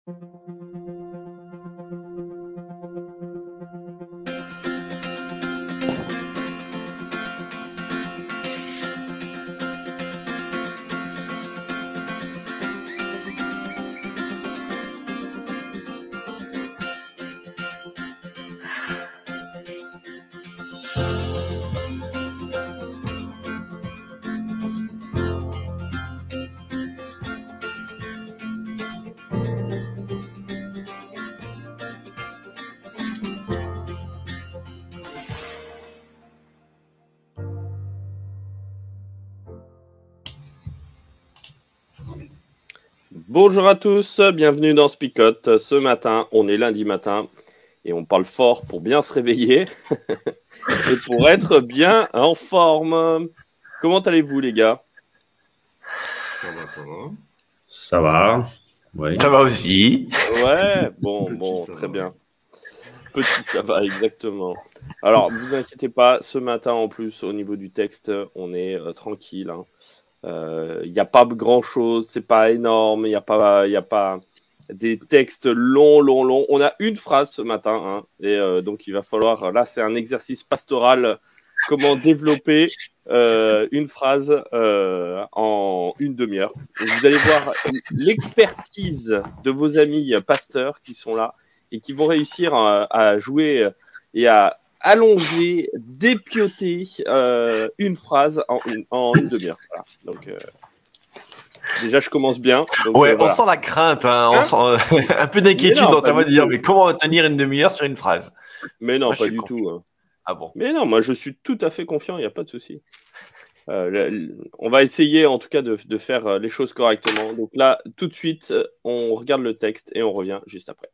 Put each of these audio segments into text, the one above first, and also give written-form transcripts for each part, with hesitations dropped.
Bonjour à tous, bienvenue dans Spicote. Ce matin, on est lundi matin et on parle fort pour bien se réveiller et pour être bien en forme. Comment allez-vous les gars? Ça va, ça va. Ça va, oui. Ça va aussi. Ouais, bon, Petit, ça très va. bien. Petit, ça va, exactement. Alors, vous inquiétez pas, ce matin en plus, au niveau du texte, on est tranquille. Il n'y a pas grand-chose, c'est pas énorme, il n'y a pas des textes longs. On a une phrase ce matin, et donc il va falloir, là c'est un exercice pastoral, comment développer une phrase en une demi-heure. Et vous allez voir l'expertise de vos amis pasteurs qui sont là et qui vont réussir à jouer et à allonger, dépioter une phrase en une demi-heure. Voilà. Donc, déjà, je commence bien. Donc, Ouais, on voilà. sent la crainte, hein, on sent un peu d'inquiétude Mais non, dans ta pas voix du de dire tout. mais comment tenir une demi-heure sur une phrase? Mais non, Moi, je pas suis du confiant. tout. Ah bon? Mais non, moi, je suis tout à fait confiant, il n'y a pas de souci. On va essayer, en tout cas, de faire les choses correctement. Donc là, tout de suite, on regarde le texte et on revient juste après.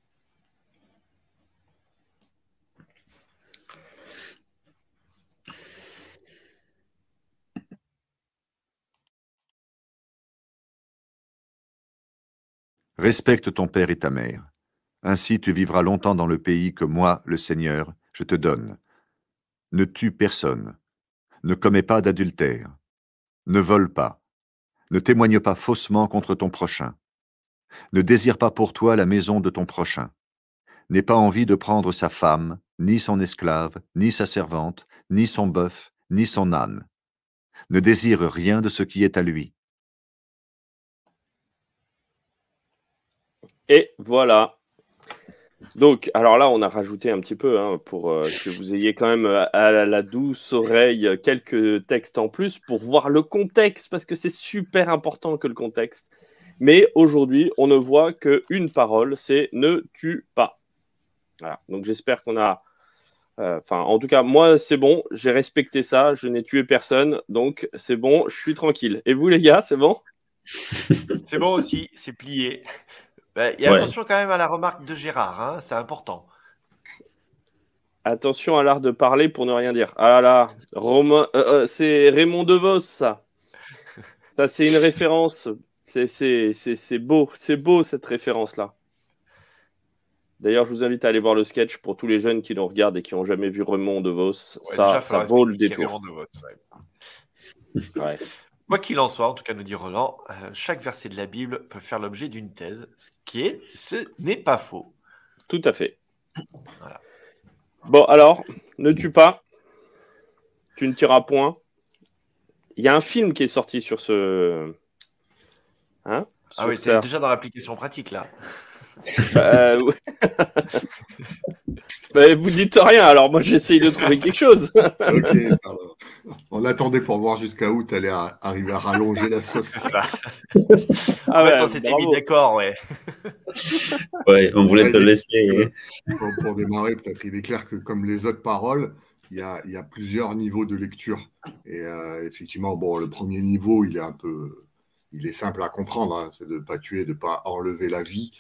Respecte ton père et ta mère. Ainsi tu vivras longtemps dans le pays que moi, le Seigneur, je te donne. Ne tue personne. Ne commets pas d'adultère. Ne vole pas. Ne témoigne pas faussement contre ton prochain. Ne désire pas pour toi la maison de ton prochain. N'aie pas envie de prendre sa femme, ni son esclave, ni sa servante, ni son bœuf, ni son âne. Ne désire rien de ce qui est à lui. Et voilà. Donc, alors là, on a rajouté un petit peu pour que vous ayez quand même à la douce oreille quelques textes en plus pour voir le contexte, parce que c'est super important que le contexte. Mais aujourd'hui, on ne voit qu'une parole, c'est « ne tue pas ». Voilà. Donc, j'espère qu'on a... en tout cas, moi, c'est bon, j'ai respecté ça, je n'ai tué personne, donc c'est bon, je suis tranquille. Et vous, les gars, c'est bon? C'est bon aussi, c'est plié. Et Ouais. attention quand même à la remarque de Gérard, hein, c'est important. Attention à l'art de parler pour ne rien dire. Ah là là, c'est Raymond DeVos, ça. Ça, c'est une référence. C'est beau cette référence-là. D'ailleurs, je vous invite à aller voir le sketch pour tous les jeunes qui nous regardent et qui n'ont jamais vu Raymond DeVos. Ouais, Ça déjà, vaut le détour. Raymond DeVos, ouais. Ouais. Quoi qu'il en soit, en tout cas nous dit Roland, chaque verset de la Bible peut faire l'objet d'une thèse, ce n'est pas faux. Tout à fait. Voilà. Bon, alors, ne tue pas. Tu ne tireras point. Il y a un film qui est sorti sur ce... Ah oui, ça. c'est déjà dans l'application pratique, là. Ouais. Vous dites rien, alors moi j'essaye de trouver quelque chose. Ok, pardon. On attendait pour voir jusqu'à où tu allais arriver à rallonger la sauce. C'est ça. Ah ouais, on s'était mis bravo. d'accord, ouais. Ouais, on voulait te laisser. Pour démarrer, peut-être, il est clair que comme les autres paroles, il y a plusieurs niveaux de lecture. Et effectivement, bon, le premier niveau, il est simple à comprendre, hein, c'est de ne pas tuer, de ne pas enlever la vie.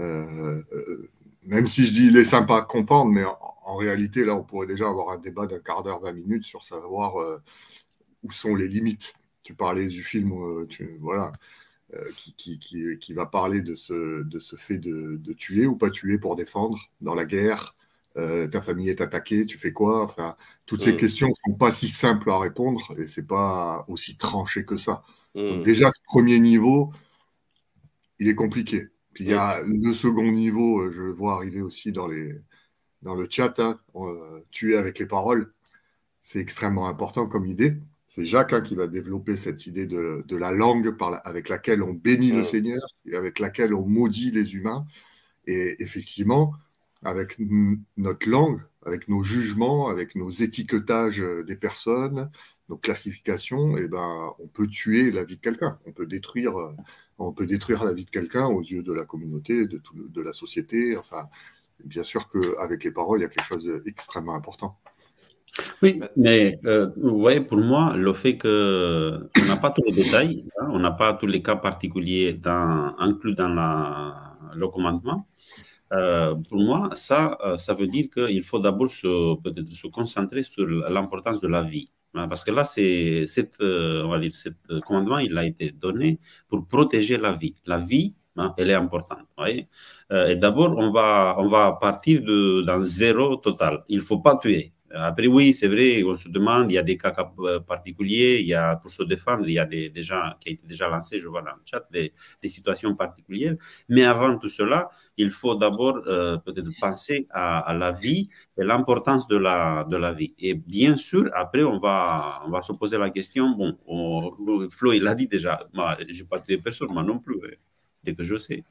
Même si je dis il est simple à comprendre, mais en réalité, là, on pourrait déjà avoir un débat d'un quart d'heure, 20 minutes sur savoir où sont les limites. Tu parlais du film, voilà, qui va parler de ce fait de tuer ou pas tuer pour défendre dans la guerre. Ta famille est attaquée, tu fais quoi? Enfin, toutes ces questions ne sont pas si simples à répondre et c'est pas aussi tranché que ça. Donc déjà, ce premier niveau, il est compliqué. Puis il y a le second niveau, je le vois arriver aussi dans le chat, hein, tuer avec les paroles. C'est extrêmement important comme idée. C'est Jacques qui va développer cette idée de la langue avec laquelle on bénit le Seigneur et avec laquelle on maudit les humains. Et effectivement, avec notre langue, avec nos jugements, avec nos étiquetages des personnes, nos classifications, on peut tuer la vie de quelqu'un. On peut détruire la vie de quelqu'un aux yeux de la communauté, de la société. Enfin, bien sûr qu'avec les paroles, il y a quelque chose d'extrêmement important. Oui, mais ouais, pour moi, le fait qu'on n'a pas tous les détails, hein, on n'a pas tous les cas particuliers inclus dans le commandement, pour moi, ça veut dire qu'il faut d'abord peut-être se concentrer sur l'importance de la vie. Hein, parce que là, on va dire, cet commandement, il a été donné pour protéger la vie. La vie, hein, elle est importante. Vous voyez. Et d'abord, on va partir d'un zéro total. Il ne faut pas tuer. Après, oui, c'est vrai, on se demande, il y a des cas particuliers, il y a, pour se défendre, il y a des gens qui ont été déjà lancés, je vois dans le chat, des situations particulières. Mais avant tout cela, il faut d'abord peut-être penser à la vie et l'importance de la vie. Et bien sûr, après, on va se poser la question, bon, Flo, il l'a dit déjà, moi, je n'ai pas tué personne, moi non plus, dès que je sais.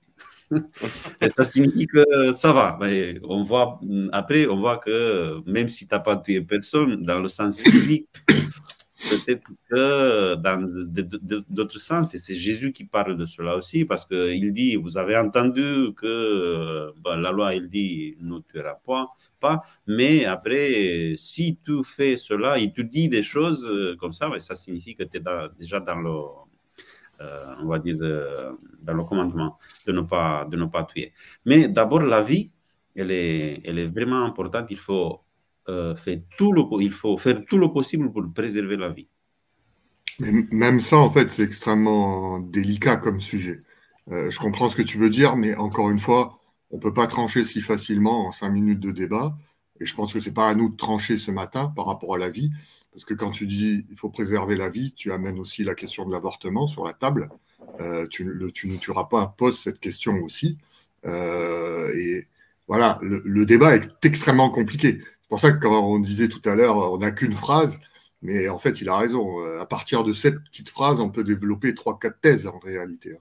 Et ça signifie que ça va. Mais après, on voit que même si tu n'as pas tué personne, dans le sens physique, peut-être que dans d'autres sens, et c'est Jésus qui parle de cela aussi, parce qu'il dit, vous avez entendu que la loi, il dit, ne tuera pas, mais après, si tu fais cela, il te dit des choses comme ça, mais ça signifie que tu es déjà dans le... on va dire, dans le commandement de ne pas tuer. Mais d'abord, la vie, elle est vraiment importante. Il faut faire tout le possible pour préserver la vie. Mais même ça, en fait, c'est extrêmement délicat comme sujet. Je comprends ce que tu veux dire, mais encore une fois, on ne peut pas trancher si facilement en 5 minutes de débat. Et je pense que ce n'est pas à nous de trancher ce matin par rapport à la vie. Parce que quand tu dis il faut préserver la vie, tu amènes aussi la question de l'avortement sur la table. Tu ne tueras pas pose cette question aussi. Et voilà, le débat est extrêmement compliqué. C'est pour ça que quand on disait tout à l'heure, on n'a qu'une phrase, mais en fait, il a raison. À partir de cette petite phrase, on peut développer 3-4 thèses en réalité.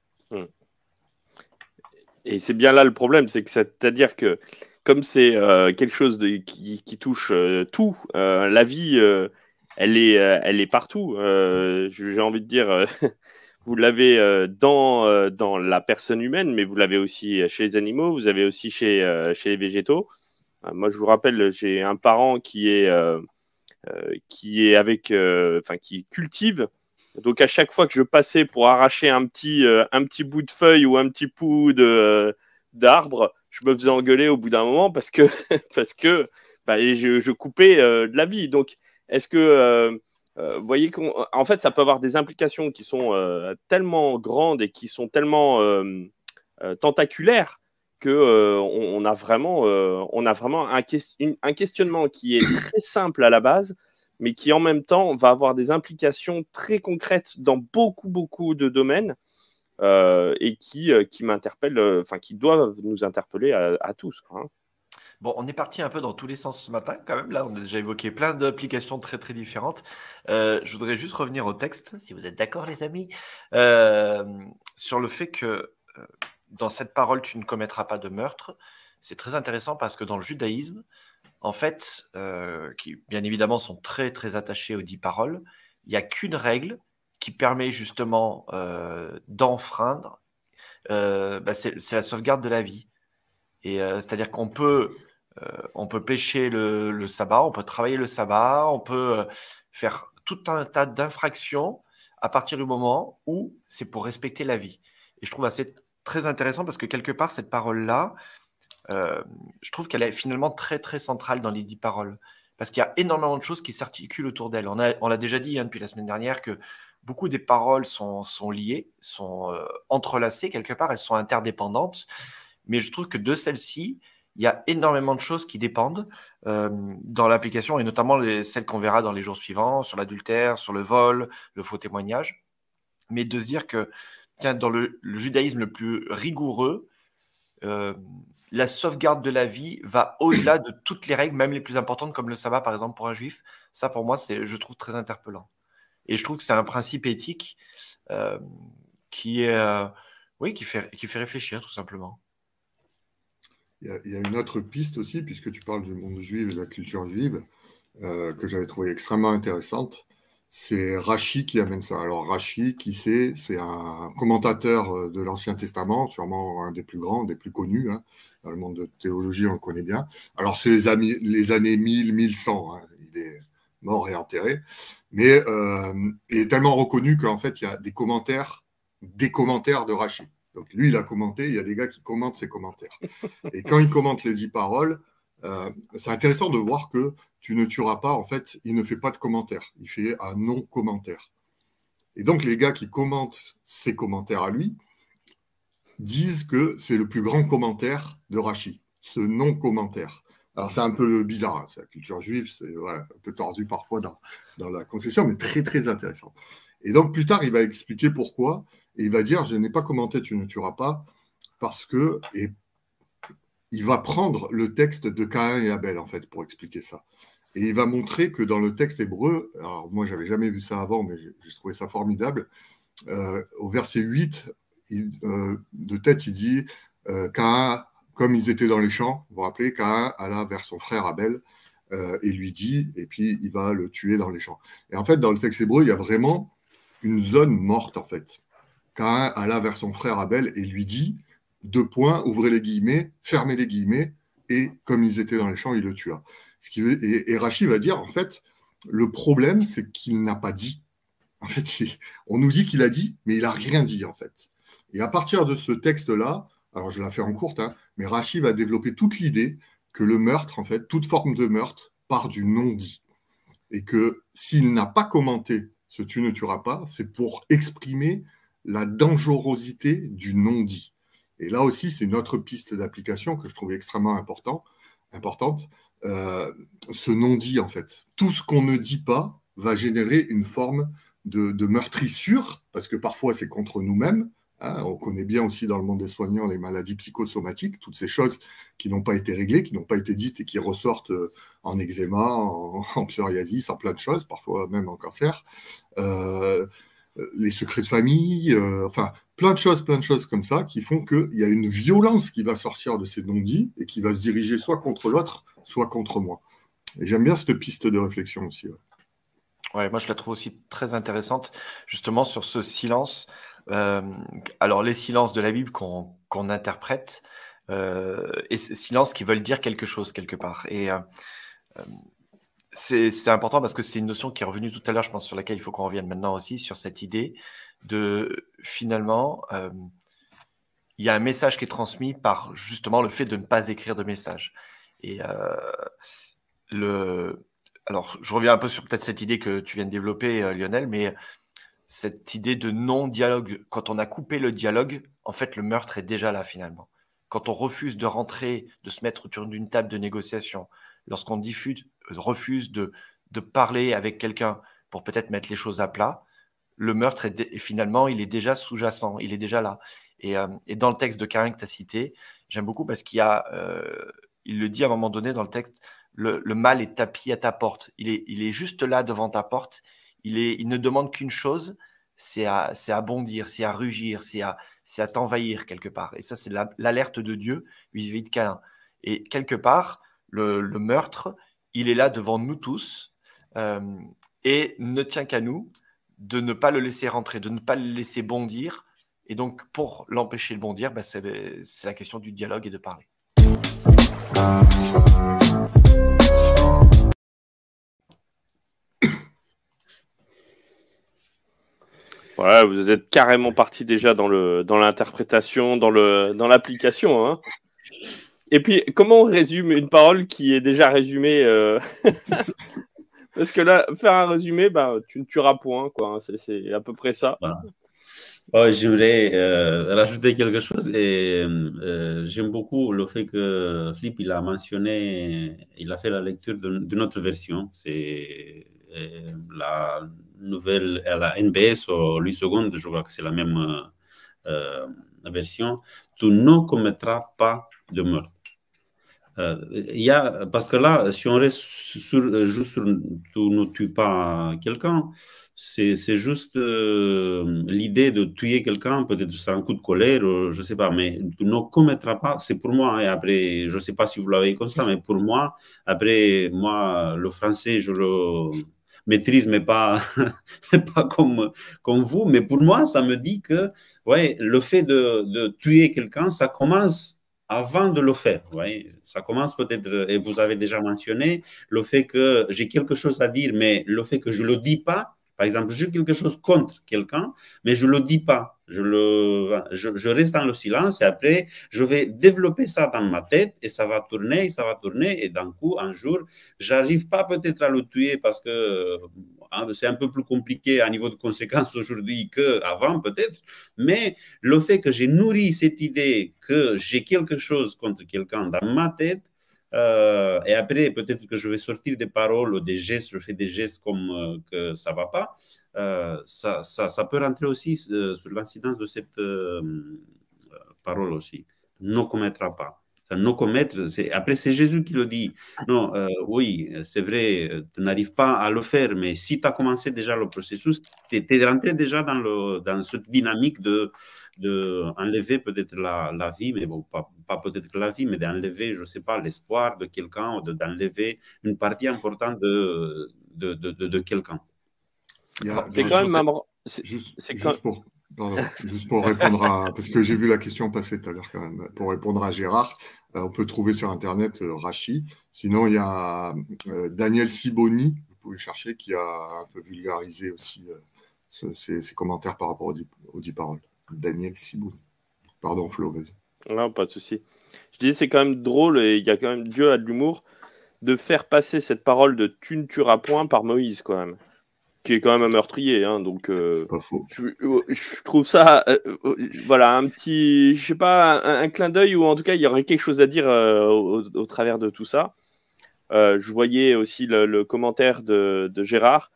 Et c'est bien là le problème, c'est-à-dire que comme c'est quelque chose qui touche tout, la vie, elle est partout. J'ai envie de dire, vous l'avez dans la personne humaine, mais vous l'avez aussi chez les animaux, vous avez aussi chez les végétaux. Moi, je vous rappelle, j'ai un parent qui cultive. Donc, à chaque fois que je passais pour arracher un petit bout de feuille ou un petit bout d'arbre, je me faisais engueuler au bout d'un moment parce que je coupais de la vie. Donc, est-ce que vous voyez qu'en fait, ça peut avoir des implications qui sont tellement grandes et qui sont tellement tentaculaires que on a vraiment un questionnement qui est très simple à la base, mais qui en même temps va avoir des implications très concrètes dans beaucoup de domaines et qui m'interpellent, qui doivent nous interpeller à tous, quoi, hein. Bon, on est parti un peu dans tous les sens ce matin quand même. Là, on a déjà évoqué plein d'applications très très différentes. Je voudrais juste revenir au texte, si vous êtes d'accord les amis, sur le fait que dans cette parole, tu ne commettras pas de meurtre. C'est très intéressant parce que dans le judaïsme, en fait, qui bien évidemment sont très très attachés aux 10 paroles, il n'y a qu'une règle qui permet justement d'enfreindre, c'est la sauvegarde de la vie. Et c'est-à-dire qu'on peut pêcher le sabbat, on peut travailler le sabbat, on peut faire tout un tas d'infractions à partir du moment où c'est pour respecter la vie. Et je trouve assez très intéressant parce que quelque part, cette parole-là, je trouve qu'elle est finalement très, très centrale dans les 10 paroles. Parce qu'il y a énormément de choses qui s'articulent autour d'elle. On l'a déjà dit depuis la semaine dernière que beaucoup des paroles sont liées, sont entrelacées quelque part, elles sont interdépendantes. Mais je trouve que de celle-ci, il y a énormément de choses qui dépendent dans l'application, et notamment celles qu'on verra dans les jours suivants, sur l'adultère, sur le vol, le faux témoignage. Mais de se dire que tiens, dans le judaïsme le plus rigoureux, la sauvegarde de la vie va au-delà de toutes les règles, même les plus importantes, comme le sabbat, par exemple, pour un juif. Ça, pour moi, je trouve très interpellant. Et je trouve que c'est un principe éthique qui fait réfléchir, tout simplement. Il y a une autre piste aussi, puisque tu parles du monde juif et de la culture juive, que j'avais trouvé extrêmement intéressante. C'est Rashi qui amène ça. Alors Rashi, qui c'est un commentateur de l'Ancien Testament, sûrement un des plus grands, des plus connus. Hein. Dans le monde de théologie, on le connaît bien. Alors c'est les années 1000, 1100. Hein. Il est mort et enterré. Mais il est tellement reconnu qu'en fait, il y a des commentaires de Rashi. Donc lui, il a commenté, il y a des gars qui commentent ses commentaires. Et quand il commente les 10 paroles, c'est intéressant de voir que tu ne tueras pas, en fait, il ne fait pas de commentaires. Il fait un non-commentaire. Et donc, les gars qui commentent ces commentaires à lui disent que c'est le plus grand commentaire de Rashi, ce non-commentaire. Alors, c'est un peu bizarre, hein. C'est la culture juive, c'est un peu tordu parfois dans la concession, mais très, très intéressant. Et donc, plus tard, il va expliquer pourquoi, et il va dire, je n'ai pas commenté, tu ne tueras pas, parce que, et il va prendre le texte de Caïn et Abel, en fait, pour expliquer ça. Et il va montrer que dans le texte hébreu, alors moi, je n'avais jamais vu ça avant, mais j'ai trouvé ça formidable, au verset 8, de tête, il dit Caïn, comme ils étaient dans les champs, vous vous rappelez, Caïn alla vers son frère Abel et lui dit, et puis il va le tuer dans les champs. Et en fait, dans le texte hébreu, il y a vraiment une zone morte, en fait. Caïn alla vers son frère Abel et lui dit, ouvrez les guillemets, fermez les guillemets, et comme ils étaient dans les champs, il le tua. Et Rashi va dire, en fait, le problème, c'est qu'il n'a pas dit. En fait, on nous dit qu'il a dit, mais il n'a rien dit, en fait. Et à partir de ce texte-là, alors je la fais en courte, hein, mais Rashi va développer toute l'idée que le meurtre, en fait, toute forme de meurtre part du non-dit. Et que s'il n'a pas commenté ce tu ne tueras pas, c'est pour exprimer la dangerosité du non-dit. Et là aussi, c'est une autre piste d'application que je trouvais extrêmement importante. Ce non-dit, en fait. Tout ce qu'on ne dit pas va générer une forme de meurtrissure, parce que parfois c'est contre nous-mêmes. Hein, on connaît bien aussi dans le monde des soignants les maladies psychosomatiques, toutes ces choses qui n'ont pas été réglées, qui n'ont pas été dites et qui ressortent en eczéma, en psoriasis, en plein de choses, parfois même en cancer. Les secrets de famille, enfin plein de choses comme ça qui font qu'il y a une violence qui va sortir de ces non-dits et qui va se diriger soit contre l'autre, soit contre moi. Et j'aime bien cette piste de réflexion aussi. Ouais, moi je la trouve aussi très intéressante, justement sur ce silence. Alors les silences de la Bible qu'on interprète, et ces silences qui veulent dire quelque chose quelque part. Et c'est important parce que c'est une notion qui est revenue tout à l'heure, je pense, sur laquelle il faut qu'on revienne maintenant aussi, sur cette idée de finalement, il y a un message qui est transmis par justement le fait de ne pas écrire de message. Et alors, je reviens un peu sur peut-être cette idée que tu viens de développer, Lionel, mais cette idée de non-dialogue, quand on a coupé le dialogue, en fait, le meurtre est déjà là finalement. Quand on refuse de rentrer, de se mettre autour d'une table de négociation, lorsqu'on refuse de parler avec quelqu'un pour peut-être mettre les choses à plat, le meurtre, finalement, il est déjà sous-jacent, il est déjà là. Et dans le texte de Caïn que tu as cité, j'aime beaucoup parce qu'il le dit à un moment donné dans le texte, le mal est tapis à ta porte. Il est juste là devant ta porte. Il ne demande qu'une chose, c'est à bondir, c'est à rugir, c'est à t'envahir quelque part. Et ça, c'est l'alerte de Dieu vis-à-vis de Caïn. Et quelque part, le meurtre, il est là devant nous tous et ne tient qu'à nous de ne pas le laisser rentrer, de ne pas le laisser bondir. Et donc, pour l'empêcher de bondir, c'est la question du dialogue et de parler. Voilà, vous êtes carrément parti déjà dans l'interprétation, dans l'application. Hein. Et puis, comment on résume une parole qui est déjà résumée Parce que là, faire un résumé, tu ne tueras point, quoi. Hein. C'est à peu près ça. Voilà. Oh, j'aimerais rajouter quelque chose et j'aime beaucoup le fait que Philippe il a mentionné, il a fait la lecture de notre version, c'est la nouvelle, la NBS ou l'U seconde, je crois que c'est la même version, tu ne commettras pas de meurtre. Parce que là, si on reste juste sur tu ne tues pas quelqu'un, c'est juste l'idée de tuer quelqu'un, peut-être c'est un coup de colère, je ne sais pas, mais tu ne commettras pas, c'est pour moi, et après, je ne sais pas si vous l'avez comme ça, mais pour moi, après, moi, le français, je le maîtrise, mais pas, pas comme vous, mais pour moi, ça me dit que ouais, le fait de tuer quelqu'un, ça commence avant de le faire. Ouais. Ça commence peut-être, et vous avez déjà mentionné, le fait que j'ai quelque chose à dire, mais le fait que je ne le dis pas, par exemple, j'ai quelque chose contre quelqu'un, mais je ne le dis pas. Je reste dans le silence et après, je vais développer ça dans ma tête et ça va tourner, et d'un coup, un jour, j'arrive pas peut-être à le tuer parce que c'est un peu plus compliqué à niveau de conséquences aujourd'hui qu'avant peut-être, mais le fait que j'ai nourri cette idée que j'ai quelque chose contre quelqu'un dans ma tête, et après, peut-être que je vais sortir des paroles ou des gestes, je fais des gestes comme que ça ne va pas, ça peut rentrer aussi sur l'incidence de cette parole aussi. Ne commettra pas. Ne commettre, après, c'est Jésus qui le dit. Non, oui, c'est vrai, tu n'arrives pas à le faire, mais si tu as commencé déjà le processus, tu es rentré déjà dans cette dynamique d'enlever peut-être la vie, mais bon, pas peut-être la vie, mais d'enlever, je ne sais pas, l'espoir de quelqu'un, d'enlever une partie importante de quelqu'un. C'est quand même marrant. Juste pour répondre à... Parce que j'ai vu la question passer tout à l'heure quand même. Pour répondre à Gérard, on peut trouver sur Internet Rachi. Sinon, il y a Daniel Siboni, vous pouvez chercher, qui a un peu vulgarisé aussi ses commentaires par rapport aux 10 paroles. Daniel Siboni. Pardon, Flo, vas-y. Non, pas de souci. Je disais, c'est quand même drôle, et il y a quand même, Dieu a de l'humour, de faire passer cette parole de « tu ne tueras point » par Moïse, quand même. Qui est quand même un meurtrier, hein, donc c'est pas faux. Je trouve ça, voilà, un petit, je sais pas, un clin d'œil, ou en tout cas, il y aurait quelque chose à dire au travers de tout ça. Je voyais aussi le commentaire de Gérard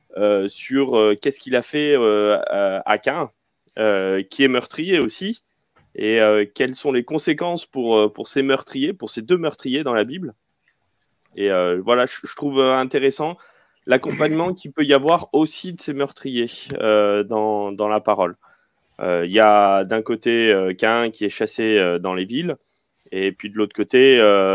sur qu'est-ce qu'il a fait à Caïn, qui est meurtrier aussi, et quelles sont les conséquences pour ces meurtriers, pour ces deux meurtriers dans la Bible. Et voilà, je trouve intéressant l'accompagnement qu'il peut y avoir aussi de ces meurtriers dans la parole. Il y a d'un côté Caïn qui est chassé dans les villes, et puis de l'autre côté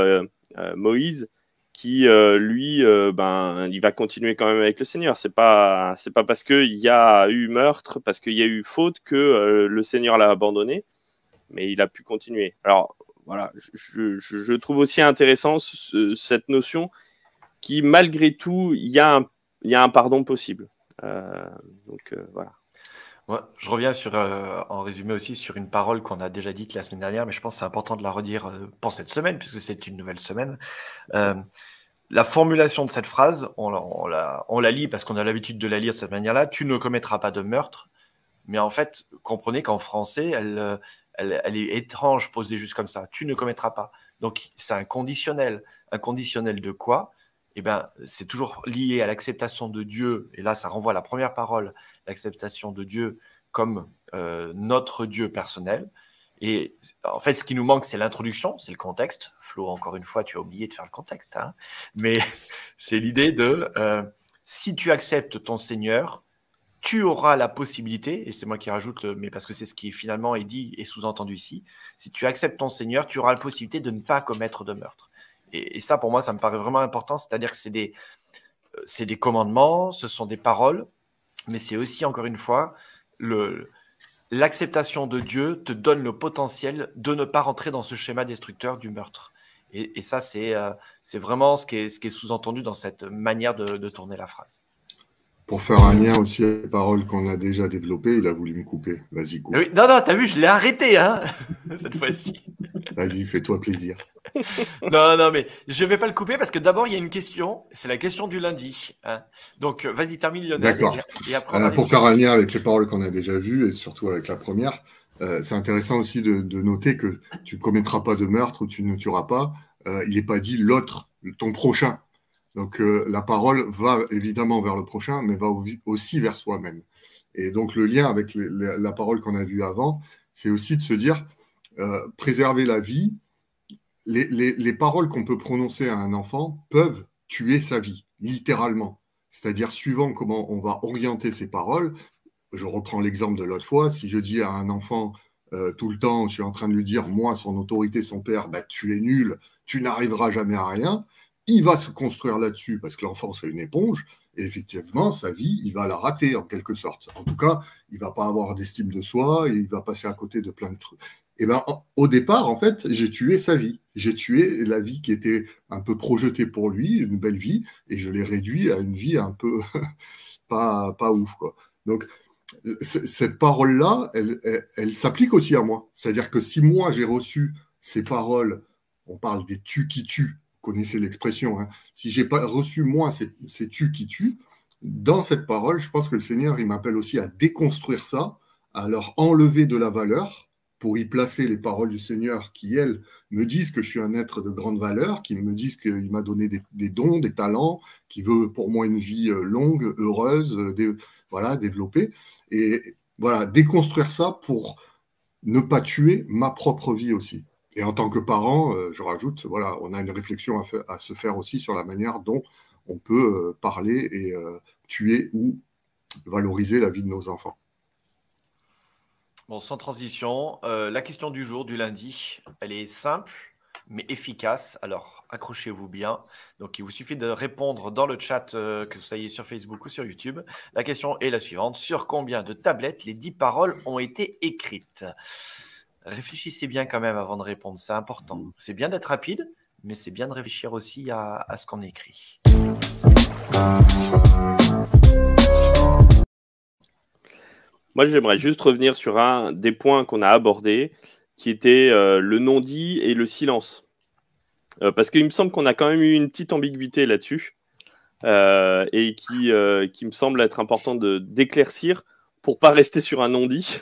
Moïse qui, lui, il va continuer quand même avec le Seigneur. C'est pas parce qu'il y a eu meurtre, parce qu'il y a eu faute que le Seigneur l'a abandonné, mais il a pu continuer. Alors voilà, je trouve aussi intéressant cette notion qui, malgré tout, il y a un pardon possible. Voilà. Ouais, je reviens en résumé aussi sur une parole qu'on a déjà dite la semaine dernière, mais je pense que c'est important de la redire pour cette semaine, puisque c'est une nouvelle semaine. La formulation de cette phrase, on la lit parce qu'on a l'habitude de la lire de cette manière-là. Tu ne commettras pas de meurtre. Mais en fait, comprenez qu'en français, elle est étrange posée juste comme ça. Tu ne commettras pas. Donc, c'est un conditionnel. Un conditionnel de quoi ? Eh bien, c'est toujours lié à l'acceptation de Dieu. Et là, ça renvoie à la première parole, l'acceptation de Dieu comme notre Dieu personnel. Et en fait, ce qui nous manque, c'est l'introduction, c'est le contexte. Flo, encore une fois, tu as oublié de faire le contexte. Hein, mais c'est l'idée de si tu acceptes ton Seigneur, tu auras la possibilité, et c'est moi qui rajoute, mais parce que c'est ce qui finalement est dit et sous-entendu ici, si tu acceptes ton Seigneur, tu auras la possibilité de ne pas commettre de meurtre. Et ça, pour moi, ça me paraît vraiment important, c'est-à-dire que c'est des commandements, ce sont des paroles, mais c'est aussi, encore une fois, l'acceptation de Dieu te donne le potentiel de ne pas rentrer dans ce schéma destructeur du meurtre. Et ça, c'est vraiment ce qui est sous-entendu dans cette manière de tourner la phrase. Pour faire un lien aussi à les paroles qu'on a déjà développées, il a voulu me couper. Vas-y, coupe. Oui, non, t'as vu, je l'ai arrêté, hein, cette fois-ci. Vas-y, fais-toi plaisir. Non, mais je ne vais pas le couper parce que d'abord, il y a une question. C'est la question du lundi. Hein. Donc, vas-y, termine, Lionel. D'accord. Pour faire un lien avec les paroles qu'on a déjà vues et surtout avec la première, c'est intéressant aussi de noter que tu ne commettras pas de meurtre ou tu ne tueras pas. Il n'est pas dit l'autre, ton prochain. Donc, la parole va évidemment vers le prochain, mais va aussi vers soi-même. Et donc, le lien avec la parole qu'on a vue avant, c'est aussi de se dire, préserver la vie, les paroles qu'on peut prononcer à un enfant peuvent tuer sa vie, littéralement. C'est-à-dire, suivant comment on va orienter ces paroles, je reprends l'exemple de l'autre fois, si je dis à un enfant tout le temps, je suis en train de lui dire, moi, son autorité, son père, bah, tu es nul, tu n'arriveras jamais à rien, il va se construire là-dessus, parce que l'enfant, c'est une éponge, et effectivement, sa vie, il va la rater, en quelque sorte. En tout cas, il ne va pas avoir d'estime de soi, il va passer à côté de plein de trucs. Et ben, au départ, en fait, j'ai tué sa vie. J'ai tué la vie qui était un peu projetée pour lui, une belle vie, et je l'ai réduit à une vie un peu pas ouf, quoi. Donc, cette parole-là, elle s'applique aussi à moi. C'est-à-dire que si moi, j'ai reçu ces paroles, on parle des tu qui tuent, vous connaissez l'expression, hein. Si j'ai pas reçu, moi, ces tu qui tuent, dans cette parole, je pense que le Seigneur, il m'appelle aussi à déconstruire ça, à leur enlever de la valeur, pour y placer les paroles du Seigneur qui, elles, me disent que je suis un être de grande valeur, qui me disent qu'il m'a donné des dons, des talents, qui veut pour moi une vie longue, heureuse, voilà, développée. Et voilà, déconstruire ça pour ne pas tuer ma propre vie aussi. Et en tant que parent, je rajoute, voilà, on a une réflexion à se faire aussi sur la manière dont on peut parler et tuer ou valoriser la vie de nos enfants. Bon, sans transition, la question du jour, du lundi, elle est simple, mais efficace. Alors, accrochez-vous bien. Donc, il vous suffit de répondre dans le chat, que vous soyez sur Facebook ou sur YouTube. La question est la suivante. Sur combien de tablettes les 10 paroles ont été écrites? Réfléchissez bien quand même avant de répondre, c'est important. C'est bien d'être rapide, mais c'est bien de réfléchir aussi à ce qu'on écrit. Moi, j'aimerais juste revenir sur un des points qu'on a abordés, qui était le non-dit et le silence. Parce qu'il me semble qu'on a quand même eu une petite ambiguïté là-dessus, et qui me semble être important d'éclaircir pour pas rester sur un non-dit.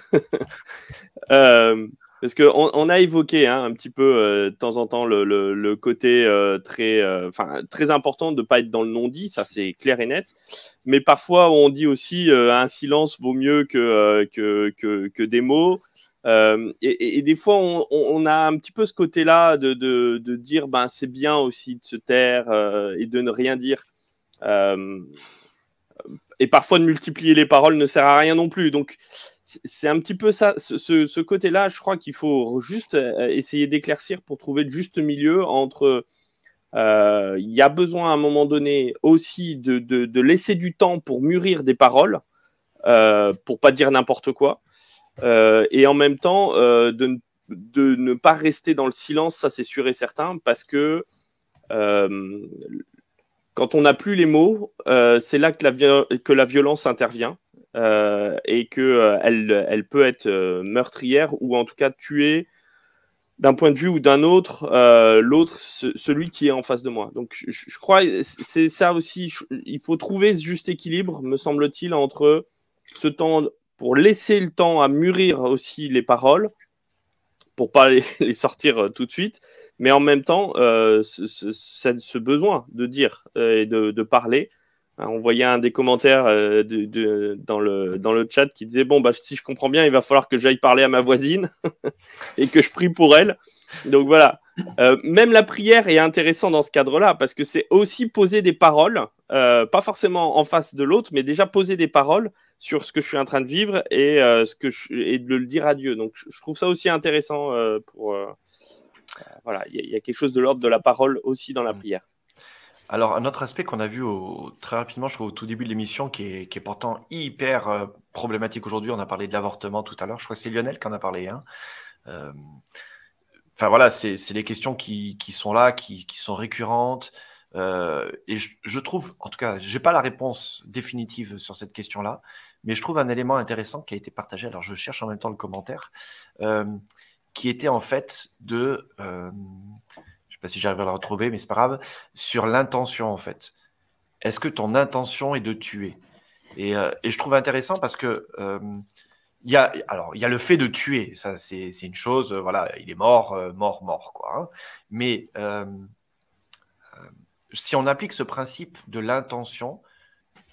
Parce qu'on a évoqué un petit peu de temps en temps le côté très important de ne pas être dans le non-dit, ça c'est clair et net. Mais parfois on dit aussi un silence vaut mieux que des mots. Et des fois on a un petit peu ce côté-là de dire ben, c'est bien aussi de se taire et de ne rien dire. Et parfois de multiplier les paroles ne sert à rien non plus. Donc c'est un petit peu ça, ce côté-là, je crois qu'il faut juste essayer d'éclaircir pour trouver le juste milieu entre il y a besoin à un moment donné aussi de laisser du temps pour mûrir des paroles, pour pas dire n'importe quoi, et en même temps de ne pas rester dans le silence, ça c'est sûr et certain, parce que quand on n'a plus les mots, c'est là que la violence intervient. Et qu'elle elle peut être meurtrière ou en tout cas tuer d'un point de vue ou d'un autre, l'autre, celui qui est en face de moi. Donc je crois que c'est ça aussi, il faut trouver ce juste équilibre, me semble-t-il, entre ce temps pour laisser le temps à mûrir aussi les paroles, pour pas les sortir tout de suite, mais en même temps, ce besoin de dire et de parler. On voyait un des commentaires dans le chat qui disait bon, bah, si je comprends bien, il va falloir que j'aille parler à ma voisine et que je prie pour elle. Donc voilà, même la prière est intéressante dans ce cadre-là parce que c'est aussi poser des paroles, pas forcément en face de l'autre, mais déjà poser des paroles sur ce que je suis en train de vivre et, et de le dire à Dieu. Donc je trouve ça aussi intéressant voilà, il y a quelque chose de l'ordre de la parole aussi dans la prière. Alors, un autre aspect qu'on a vu très rapidement, je trouve, au tout début de l'émission, qui est pourtant hyper problématique aujourd'hui. On a parlé de l'avortement tout à l'heure. Je crois que c'est Lionel qui en a parlé. Enfin, voilà, c'est les questions qui sont là, qui sont récurrentes. Et je trouve, en tout cas, je n'ai pas la réponse définitive sur cette question-là, mais je trouve un élément intéressant qui a été partagé. Alors, je cherche en même temps le commentaire, qui était en fait de... je ne sais pas si j'arrive à la retrouver, mais c'est pas grave, sur l'intention en fait. Est-ce que ton intention est de tuer? Et je trouve intéressant parce que il y a le fait de tuer, ça c'est une chose, voilà, il est mort, mort, quoi. Hein. Mais si on applique ce principe de l'intention,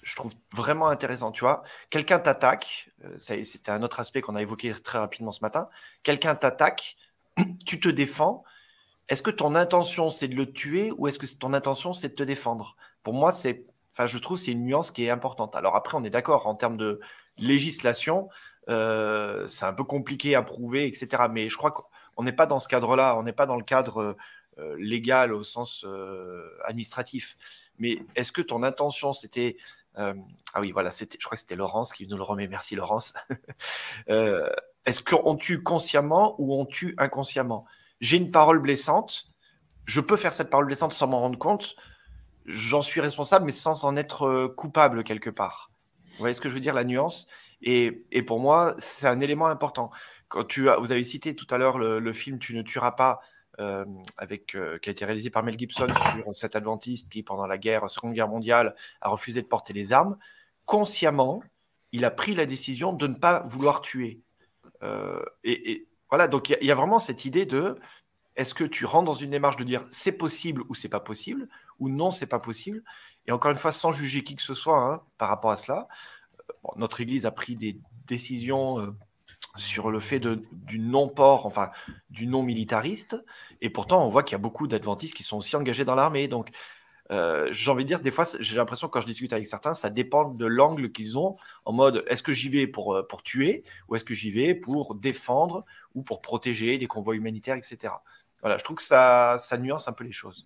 je trouve vraiment intéressant. Tu vois, quelqu'un t'attaque, c'était un autre aspect qu'on a évoqué très rapidement ce matin. Quelqu'un t'attaque, tu te défends. Est-ce que ton intention, c'est de le tuer ou est-ce que ton intention, c'est de te défendre? Pour moi, je trouve que c'est une nuance qui est importante. Alors après, on est d'accord, en termes de législation, c'est un peu compliqué à prouver, etc. Mais je crois qu'on n'est pas dans ce cadre-là, on n'est pas dans le cadre légal au sens administratif. Mais est-ce que ton intention, c'était... ah oui, voilà, je crois que c'était Laurence qui nous le remet. Merci Laurence. Est-ce qu'on tue consciemment ou on tue inconsciemment? J'ai une parole blessante, je peux faire cette parole blessante sans m'en rendre compte, j'en suis responsable, mais sans en être coupable quelque part. Vous voyez ce que je veux dire, la nuance? Et pour moi, c'est un élément important. Vous avez cité tout à l'heure le film Tu ne tueras pas, qui a été réalisé par Mel Gibson sur cet adventiste qui, pendant la Seconde Guerre mondiale, a refusé de porter les armes. Consciemment, il a pris la décision de ne pas vouloir tuer. Voilà, donc il y a vraiment cette idée de est-ce que tu rentres dans une démarche de dire c'est possible ou c'est pas possible, ou non, c'est pas possible. Et encore une fois, sans juger qui que ce soit hein, par rapport à cela, notre Église a pris des décisions sur le fait du non-port, enfin du non-militariste, et pourtant on voit qu'il y a beaucoup d'adventistes qui sont aussi engagés dans l'armée. Donc j'ai envie de dire, des fois, j'ai l'impression quand je discute avec certains, ça dépend de l'angle qu'ils ont, en mode est-ce que j'y vais pour tuer, ou est-ce que j'y vais pour défendre, ou pour protéger des convois humanitaires, etc. Voilà, je trouve que ça nuance un peu les choses.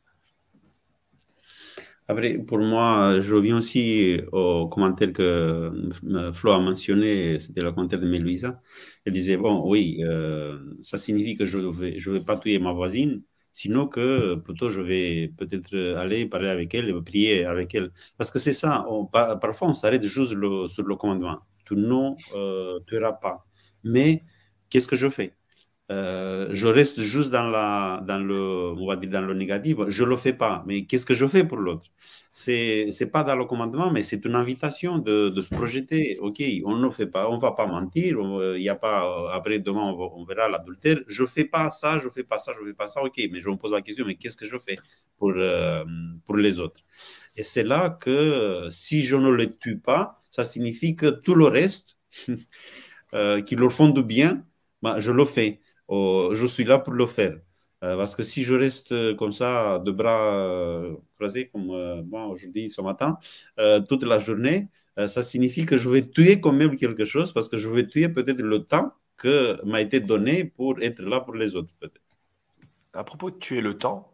Après, pour moi, je reviens aussi au commentaire que Flo a mentionné, c'était le commentaire de Méluisa. Elle disait, bon, oui, ça signifie que je vais pas tuer ma voisine, sinon que plutôt je vais peut-être aller parler avec elle, prier avec elle. Parce que c'est ça, parfois on s'arrête juste sur le commandement. Tu ne tueras pas. Mais qu'est-ce que je fais? Je reste juste on va dire dans le négatif. Je le fais pas. Mais qu'est-ce que je fais pour l'autre? C'est pas dans le commandement, mais c'est une invitation de se projeter. Ok, on ne fait pas, on va pas mentir. Il y a pas après demain on verra l'adultère. Je fais pas ça, je fais pas ça, je fais pas ça. Ok, mais je me pose la question, mais qu'est-ce que je fais pour les autres? Et c'est là que si je ne les tue pas, ça signifie que tout le reste qui leur font du bien, bah, je le fais. Je suis là pour le faire. Parce que si je reste comme ça, de bras croisés, comme moi aujourd'hui, ce matin, toute la journée, ça signifie que je vais tuer quand même quelque chose, parce que je vais tuer peut-être le temps que m'a été donné pour être là pour les autres, peut-être. À propos de tuer le temps,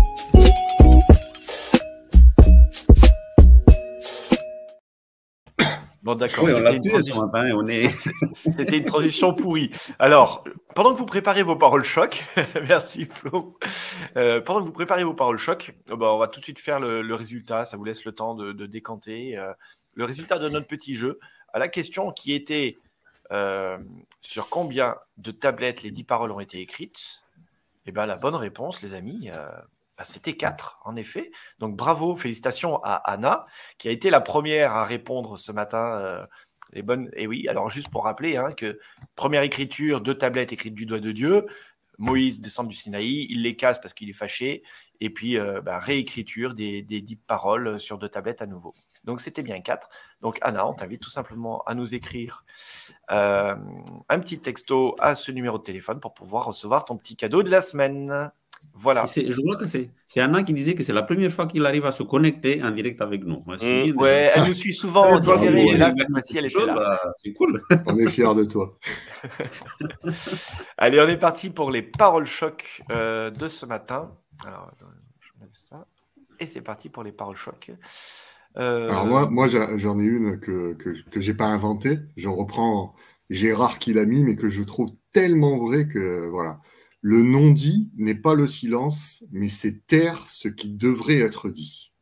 bon, d'accord. Oui, on l'a tué ce matin, on est... C'était une transition pourrie. Alors, pendant que vous préparez vos paroles choc, merci Flo. Pendant que vous préparez vos paroles choc, on va tout de suite faire le résultat. Ça vous laisse le temps de décanter le résultat de notre petit jeu. À la question qui était sur combien de tablettes les 10 paroles ont été écrites, eh ben, la bonne réponse, les amis, c'était 4, en effet. Donc, bravo, félicitations à Anna, qui a été la première à répondre ce matin. Et oui, alors juste pour rappeler que première écriture, 2 tablettes écrites du doigt de Dieu. Moïse descend du Sinaï, il les casse parce qu'il est fâché. Et puis, réécriture des 10 paroles sur 2 tablettes à nouveau. Donc, c'était bien 4. Donc, Anna, on t'invite tout simplement à nous écrire un petit texto à ce numéro de téléphone pour pouvoir recevoir ton petit cadeau de la semaine. Voilà. Je crois que c'est Anna qui disait que c'est la première fois qu'il arrive à se connecter en direct avec nous. Ouais, elle nous suit souvent en différé. Et là, cette fois-ci, elle était là. C'est cool. On est fiers de toi. Allez, on est parti pour les paroles choc de ce matin. Alors, je mets ça. Et c'est parti pour les paroles choc. Alors moi j'en ai une que j'ai pas inventée. Je reprends Gérard qui l'a mis, mais que je trouve tellement vrai que voilà. Le non-dit n'est pas le silence, mais c'est taire ce qui devrait être dit.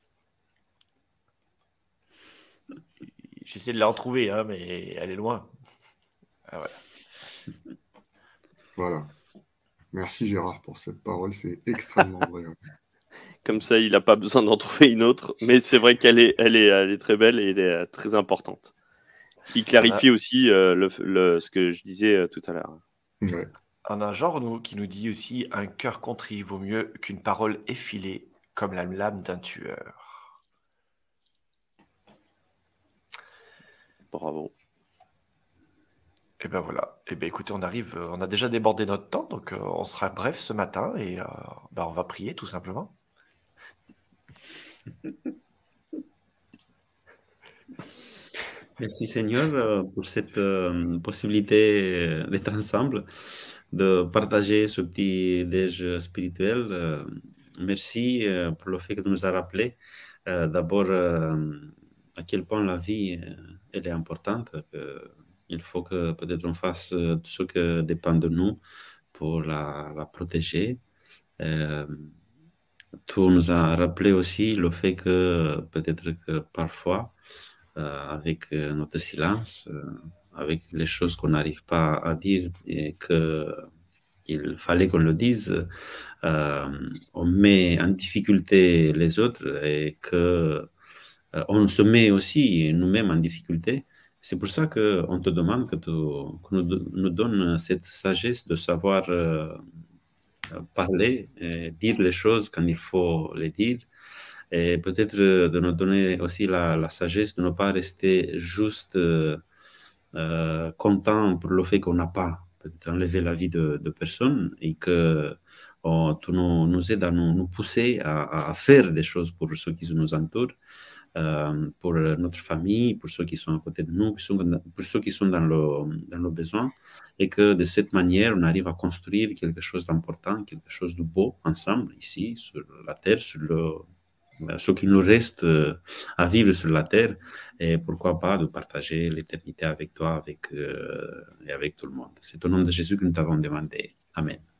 J'essaie de la retrouver, mais elle est loin. Ah, voilà. Voilà. Merci Gérard pour cette parole, c'est extrêmement vrai. Comme ça, il n'a pas besoin d'en trouver une autre, mais c'est vrai qu'elle est très belle et elle est très importante. Qui clarifie aussi ce que je disais tout à l'heure. Ouais. On a Jean qui nous dit aussi un cœur contrit vaut mieux qu'une parole effilée comme la lame d'un tueur. Bravo. Et ben voilà. Et ben écoutez, on a déjà débordé notre temps, donc on sera bref ce matin et on va prier tout simplement. Merci Seigneur pour cette possibilité d'être ensemble, de partager ce petit déj spirituel. Merci pour le fait que tu nous as rappelé d'abord à quel point la vie elle est importante. Il faut que peut-être on fasse tout ce qui dépend de nous pour la protéger. Tu nous as rappelé aussi le fait que peut-être que parfois, avec notre silence, avec les choses qu'on n'arrive pas à dire et qu'il fallait qu'on le dise, on met en difficulté les autres et que on se met aussi nous-mêmes en difficulté. C'est pour ça qu'on te demande que nous donnes cette sagesse de savoir parler, et dire les choses quand il faut les dire, et peut-être de nous donner aussi la sagesse de ne pas rester juste content pour le fait qu'on n'a pas peut-être enlevé la vie de personnes et que tu nous aides à nous pousser à faire des choses pour ceux qui nous entourent, pour notre famille, pour ceux qui sont à côté de nous, pour ceux qui sont dans le besoin, et que de cette manière, on arrive à construire quelque chose d'important, quelque chose de beau ensemble, ici, sur la terre, sur ce qui nous reste à vivre sur la terre, et pourquoi pas de partager l'éternité avec toi et avec tout le monde. C'est au nom de Jésus que nous t'avons demandé. Amen.